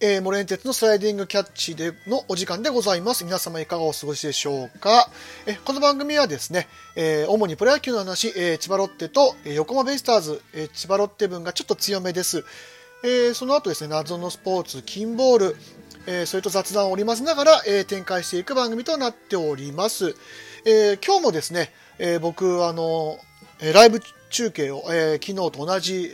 モレンテツのスライディングキャッチでのお時間でございます。皆様いかがお過ごしでしょうか。この番組はですね、主にプロ野球の話、千葉ロッテと横浜ベイスターズ、千葉ロッテ分がちょっと強めです。その後ですね、謎のスポーツ、キンボール、それと雑談を織り交ぜながら、展開していく番組となっております。今日もですね、僕ライブ中継を、昨日と同じ、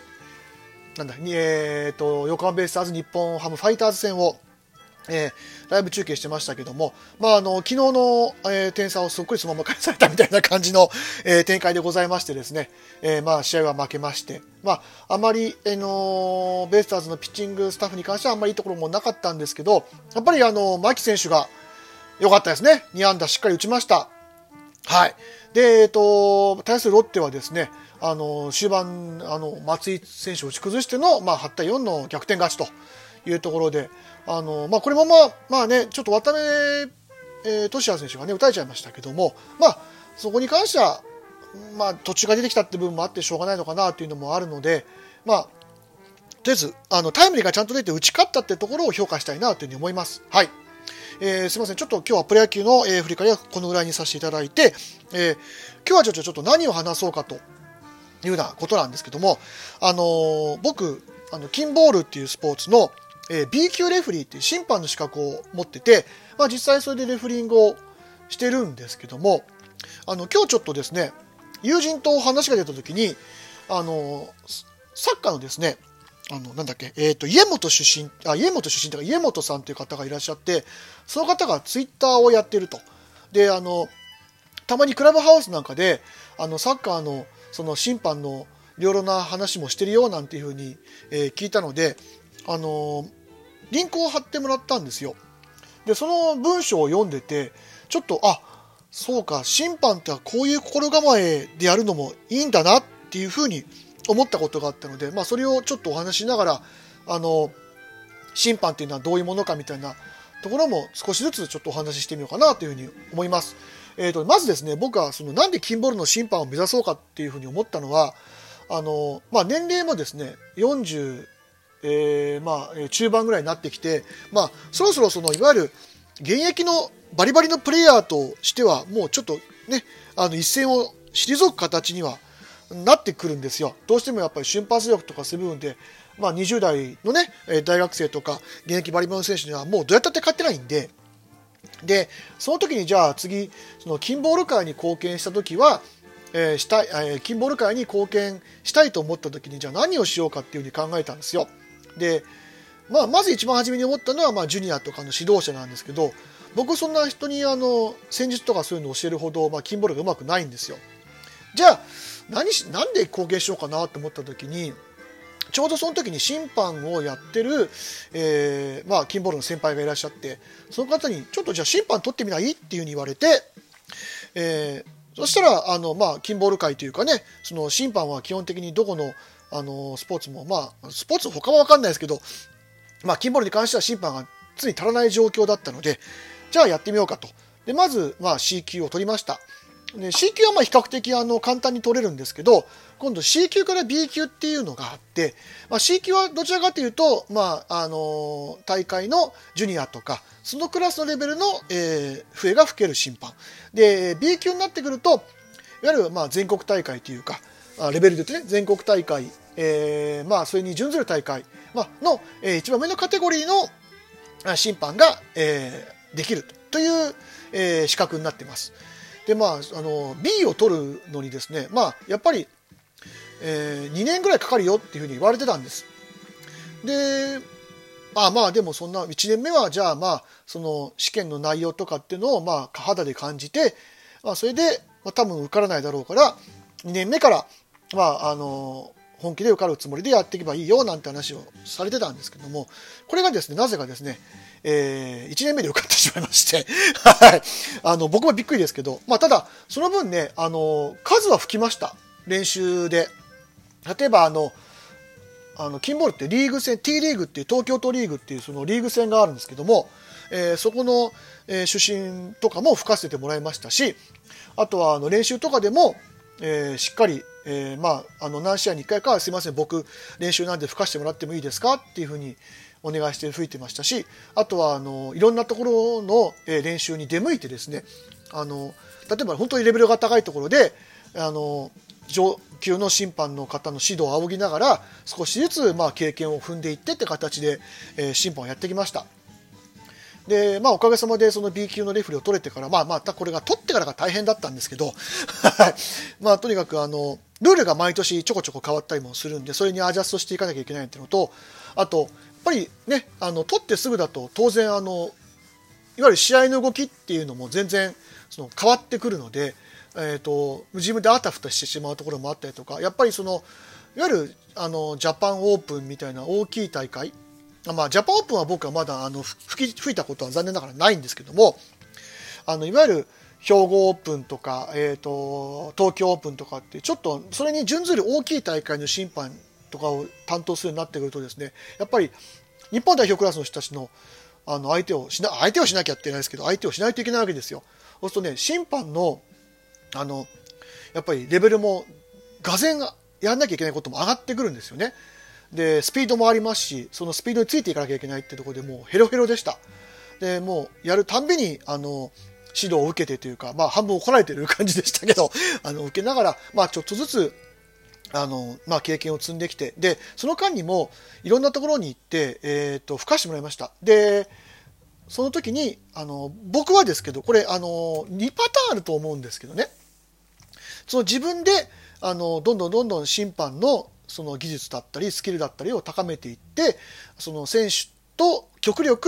横浜ベイスターズ日本ハムファイターズ戦を、ライブ中継してましたけども、昨日の、点差をそっくりそのまま返されたみたいな感じの、展開でございましてですね、試合は負けまして、あまり、ベイスターズのピッチングスタッフに関してはあんまりいいところもなかったんですけど、やっぱり牧選手が良かったですね。2安打しっかり打ちました。はい。で、対するロッテはですね、終盤、松井選手を打ち崩しての、8対4の逆転勝ちというところで、これもちょっと渡辺、俊也選手がね、打たれちゃいましたけども、そこに関しては、途中が出てきたって部分もあってしょうがないのかなというのもあるので、とりあえず、タイムリーがちゃんと出て打ち勝ったってところを評価したいなというふうに思います。はい。すいません。ちょっと今日はプロ野球の、振り返りはこのぐらいにさせていただいて、今日はちょっと何を話そうかというようなことなんですけども、僕、キンボールっていうスポーツの、B 級レフリーっていう審判の資格を持ってて、実際それでレフリングをしてるんですけども、今日ちょっとですね、友人と話が出た時に、サッカーのですね、家元出身というか家元さんという方がいらっしゃって、その方がツイッターをやってると。で、たまにクラブハウスなんかで、サッカーのその審判のいろいろな話もしてるよなんていうふうに、聞いたので、リンクを貼ってもらったんですよ。で、その文章を読んでて、ちょっと、そうか、審判ってこういう心構えでやるのもいいんだなっていうふうに思ったことがあったので、それをちょっとお話ししながら、審判っていうのはどういうものかみたいなところも少しずつちょっとお話ししてみようかなというふうに思います。まずですね、僕はなんでキンボールの審判を目指そうかっていうふうに思ったのは、年齢もですね、40、中盤ぐらいになってきて、そろそろいわゆる現役のバリバリのプレイヤーとしては、もうちょっとね、一線を退く形にはなってくるんですよ。どうしてもやっぱり瞬発力とかそういう部分で、20代のね、大学生とか現役バリバリの選手にはもうどうやったって勝ってないんで、で、その時にじゃあ次、キンボール界に貢献した時は、キンボール界に貢献したいと思った時に、じゃあ何をしようかっていうふうに考えたんですよ。で、まず一番初めに思ったのは、ジュニアとかの指導者なんですけど、僕そんな人に戦術とかそういうのを教えるほど、キンボールがうまくないんですよ。じゃあなんで貢献しようかなと思った時に、ちょうどその時に審判をやってる、キンボールの先輩がいらっしゃって、その方にちょっとじゃあ審判取ってみないっていうふうに言われて、そしたらキンボール界というかね、その審判は基本的にどこのスポーツもスポーツ他は分かんないですけど、キンボールに関しては審判が常に足らない状況だったので、じゃあやってみようかと。で、まずC 級を取りました。で C 級は比較的簡単に取れるんですけど、今度 C 級から B 級っていうのがあって、C 級はどちらかというと、大会のジュニアとかそのクラスのレベルの、笛が吹ける審判で、 B 級になってくると、いわゆる全国大会というか、レベルで言うとね、全国大会、それに準ずる大会、の、一番上のカテゴリーの審判が、できるという、資格になっています。で、B を取るのにですね、やっぱり、2年ぐらいかかるよっていうふうに言われてたんです。で、でもそんな1年目はじゃあその試験の内容とかっていうのを肌で感じて、それで、多分受からないだろうから2年目から本気で受かるつもりでやっていけばいいよなんて話をされてたんですけども、これがですね、なぜかですね、1年目で受かってしまいましてはい、僕もびっくりですけど、ただその分ね、数は吹きました。練習で。例えばキンボールってリーグ戦 T リーグっていう東京都リーグっていうそのリーグ戦があるんですけども、そこの、主審とかも吹かせてもらいましたし、あとは練習とかでも、しっかり、 何試合に1回かはすいません僕練習なんで吹かしてもらってもいいですかっていうふうにお願いして吹いてましたし、あとはいろんなところの練習に出向いてですね、例えば本当にレベルが高いところで上級の審判の方の指導を仰ぎながら少しずつ経験を踏んでいってって形で審判をやってきました。でおかげさまでその B 級のレフェリーを取れてからまたこれが取ってからが大変だったんですけどとにかくルールが毎年ちょこちょこ変わったりもするんで、それにアジャストしていかなきゃいけないっていうのと、あとやっぱりね取ってすぐだと当然いわゆる試合の動きっていうのも全然変わってくるので、自分であたふたしてしまうところもあったりとか、やっぱりいわゆるジャパンオープンみたいな大きい大会、ジャパンオープンは僕はまだ吹いたことは残念ながらないんですけども、いわゆる兵庫オープンとか、東京オープンとかってちょっとそれに準ずる大きい大会の審判とかを担当するようになってくるとですね、やっぱり日本代表クラスの人たちの相手をしなきゃってないですけど、相手をしないといけないわけですよ。そうするとね、審判のやっぱりレベルもがぜんやんなきゃいけないことも上がってくるんですよね。でスピードもありますし、そのスピードについていかなきゃいけないってところでもうヘロヘロでした。でもうやるたんびに指導を受けてというか、半分怒られてる感じでしたけど受けながらちょっとずつ経験を積んできて、でその間にもいろんなところに行って吹かしてもらいました。でその時に僕はですけど、これ2パターンあると思うんですけどね、その自分でどんどん審判のその技術だったりスキルだったりを高めていって、その選手と極力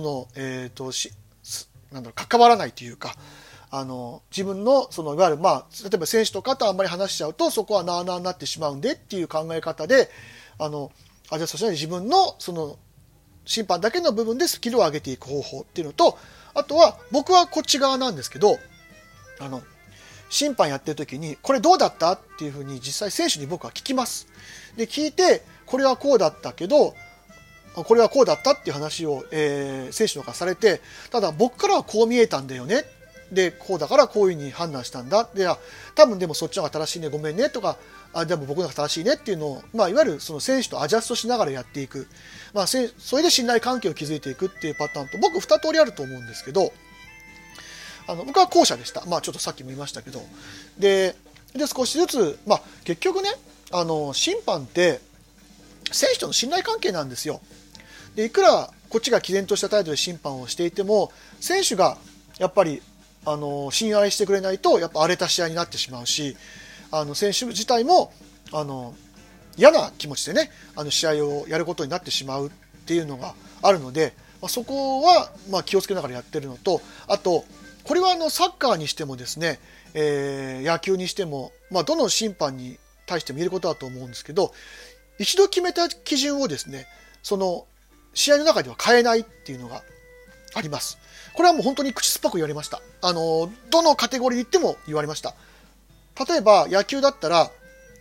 関わらないというか、自分のいわゆる例えば選手とかとあんまり話しちゃうとそこはなあなあになってしまうんでっていう考え方でアジャストしないで自分のその審判だけの部分でスキルを上げていく方法っていうのと、あとは僕はこっち側なんですけど、審判やってる時にこれどうだったっていうふうに実際選手に僕は聞きます。で聞いて、これはこうだったけどこれはこうだったっていう話を、選手の方されて、ただ僕からはこう見えたんだよね、でこうだからこういうふうに判断したんだ、で多分でもそっちの方が正しいね、ごめんねとか、でも僕の方が正しいねっていうのを、いわゆるその選手とアジャストしながらやっていく、それで信頼関係を築いていくっていうパターンと僕2通りあると思うんですけど、僕は後者でした。ちょっとさっきも言いましたけど、で少しずつ、結局ね審判って選手との信頼関係なんですよ。でいくらこっちが毅然とした態度で審判をしていても、選手がやっぱり信頼してくれないとやっぱ荒れた試合になってしまうし、選手自体も嫌な気持ちでね試合をやることになってしまうっていうのがあるので、そこは気をつけながらやってるのと、あとこれはサッカーにしてもですね、野球にしても、どの審判に対しても言えることだと思うんですけど、一度決めた基準をですねその試合の中では変えないっていうのがあります。これはもう本当に口酸っぱく言われました。どのカテゴリーに行っても言われました。例えば野球だったら、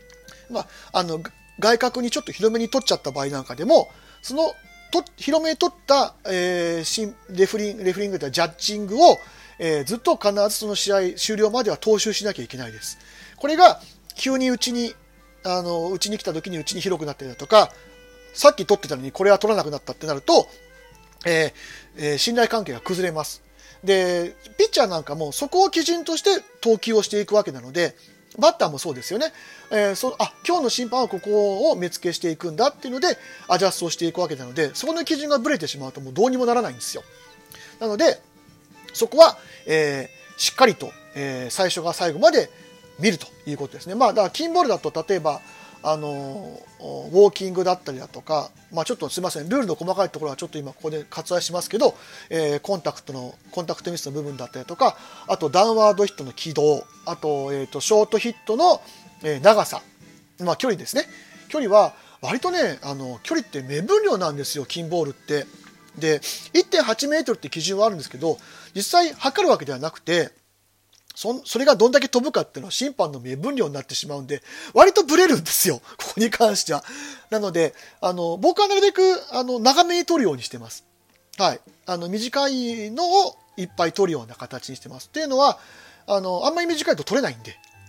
外角にちょっと広めに取っちゃった場合なんかでも、その広めに取った、レフリングというかジャッジングを、ずっと必ずその試合終了までは踏襲しなきゃいけないです。これが急にうちに来た時にうちに広くなったりだとか、さっき取ってたのにこれは取らなくなったってなると、信頼関係が崩れます。でピッチャーなんかもそこを基準として投球をしていくわけなので、バッターもそうですよね。今日の審判はここを目付けしていくんだっていうのでアジャストをしていくわけなので、そこの基準がブレてしまうともうどうにもならないんですよ。なのでそこは、しっかりと、最初から最後まで見るということですね。だからキンボールだと例えばウォーキングだったりだとか、ちょっとすいませんルールの細かいところはちょっと今ここで割愛しますけど、コンタクトミスの部分だったりだとか、あとダウンワードヒットの軌道、あと、ショートヒットの、長さ、距離ですね。距離は割とね距離って目分量なんですよ、キンボールって。で 1.8 メートルって基準はあるんですけど、実際測るわけではなくて、それがどんだけ飛ぶかっていうのは審判の目分量になってしまうんで、割とブレるんですよ、ここに関しては。なので僕はなるべく長めに取るようにしてます。はい、短いのをいっぱい取るような形にしてます。っていうのはあんまり短いと取れないんで、はい、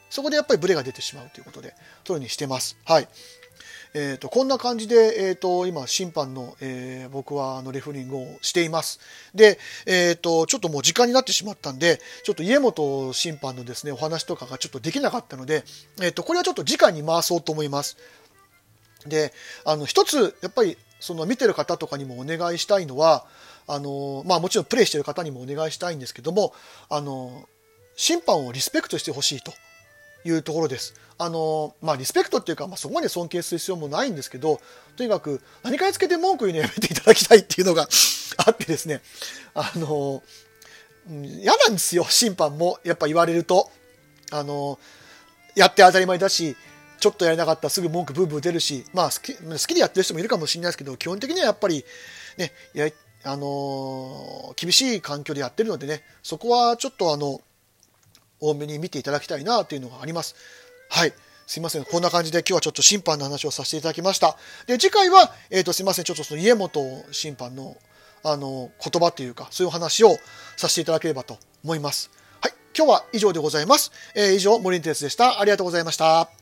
そこでやっぱりブレが出てしまうということで、取るにしてます。はい。こんな感じで、今、審判の、僕はレフェリングをしています。で、ちょっともう時間になってしまったんで、ちょっと家本審判のですね、お話とかがちょっとできなかったので、これはちょっと次回に回そうと思います。で、一つ、やっぱり、見てる方とかにもお願いしたいのは、もちろんプレイしてる方にもお願いしたいんですけども、審判をリスペクトしてほしいというところです。リスペクトっていうか、そこまで尊敬する必要もないんですけど、とにかく何かにつけて文句言うのやめていただきたいっていうのがあってですね、嫌なんですよ、審判も。やっぱ言われると。やって当たり前だし、ちょっとやれなかったらすぐ文句ブーブー出るし、好きでやってる人もいるかもしれないですけど、基本的にはやっぱりね、厳しい環境でやってるのでね、そこはちょっと多めに見ていただきたいなというのがあります。はい。すいません。こんな感じで今日はちょっと審判の話をさせていただきました。で、次回は、すいません。ちょっとその家本審判の、言葉というか、そういう話をさせていただければと思います。はい。今日は以上でございます。以上、森哲でした。ありがとうございました。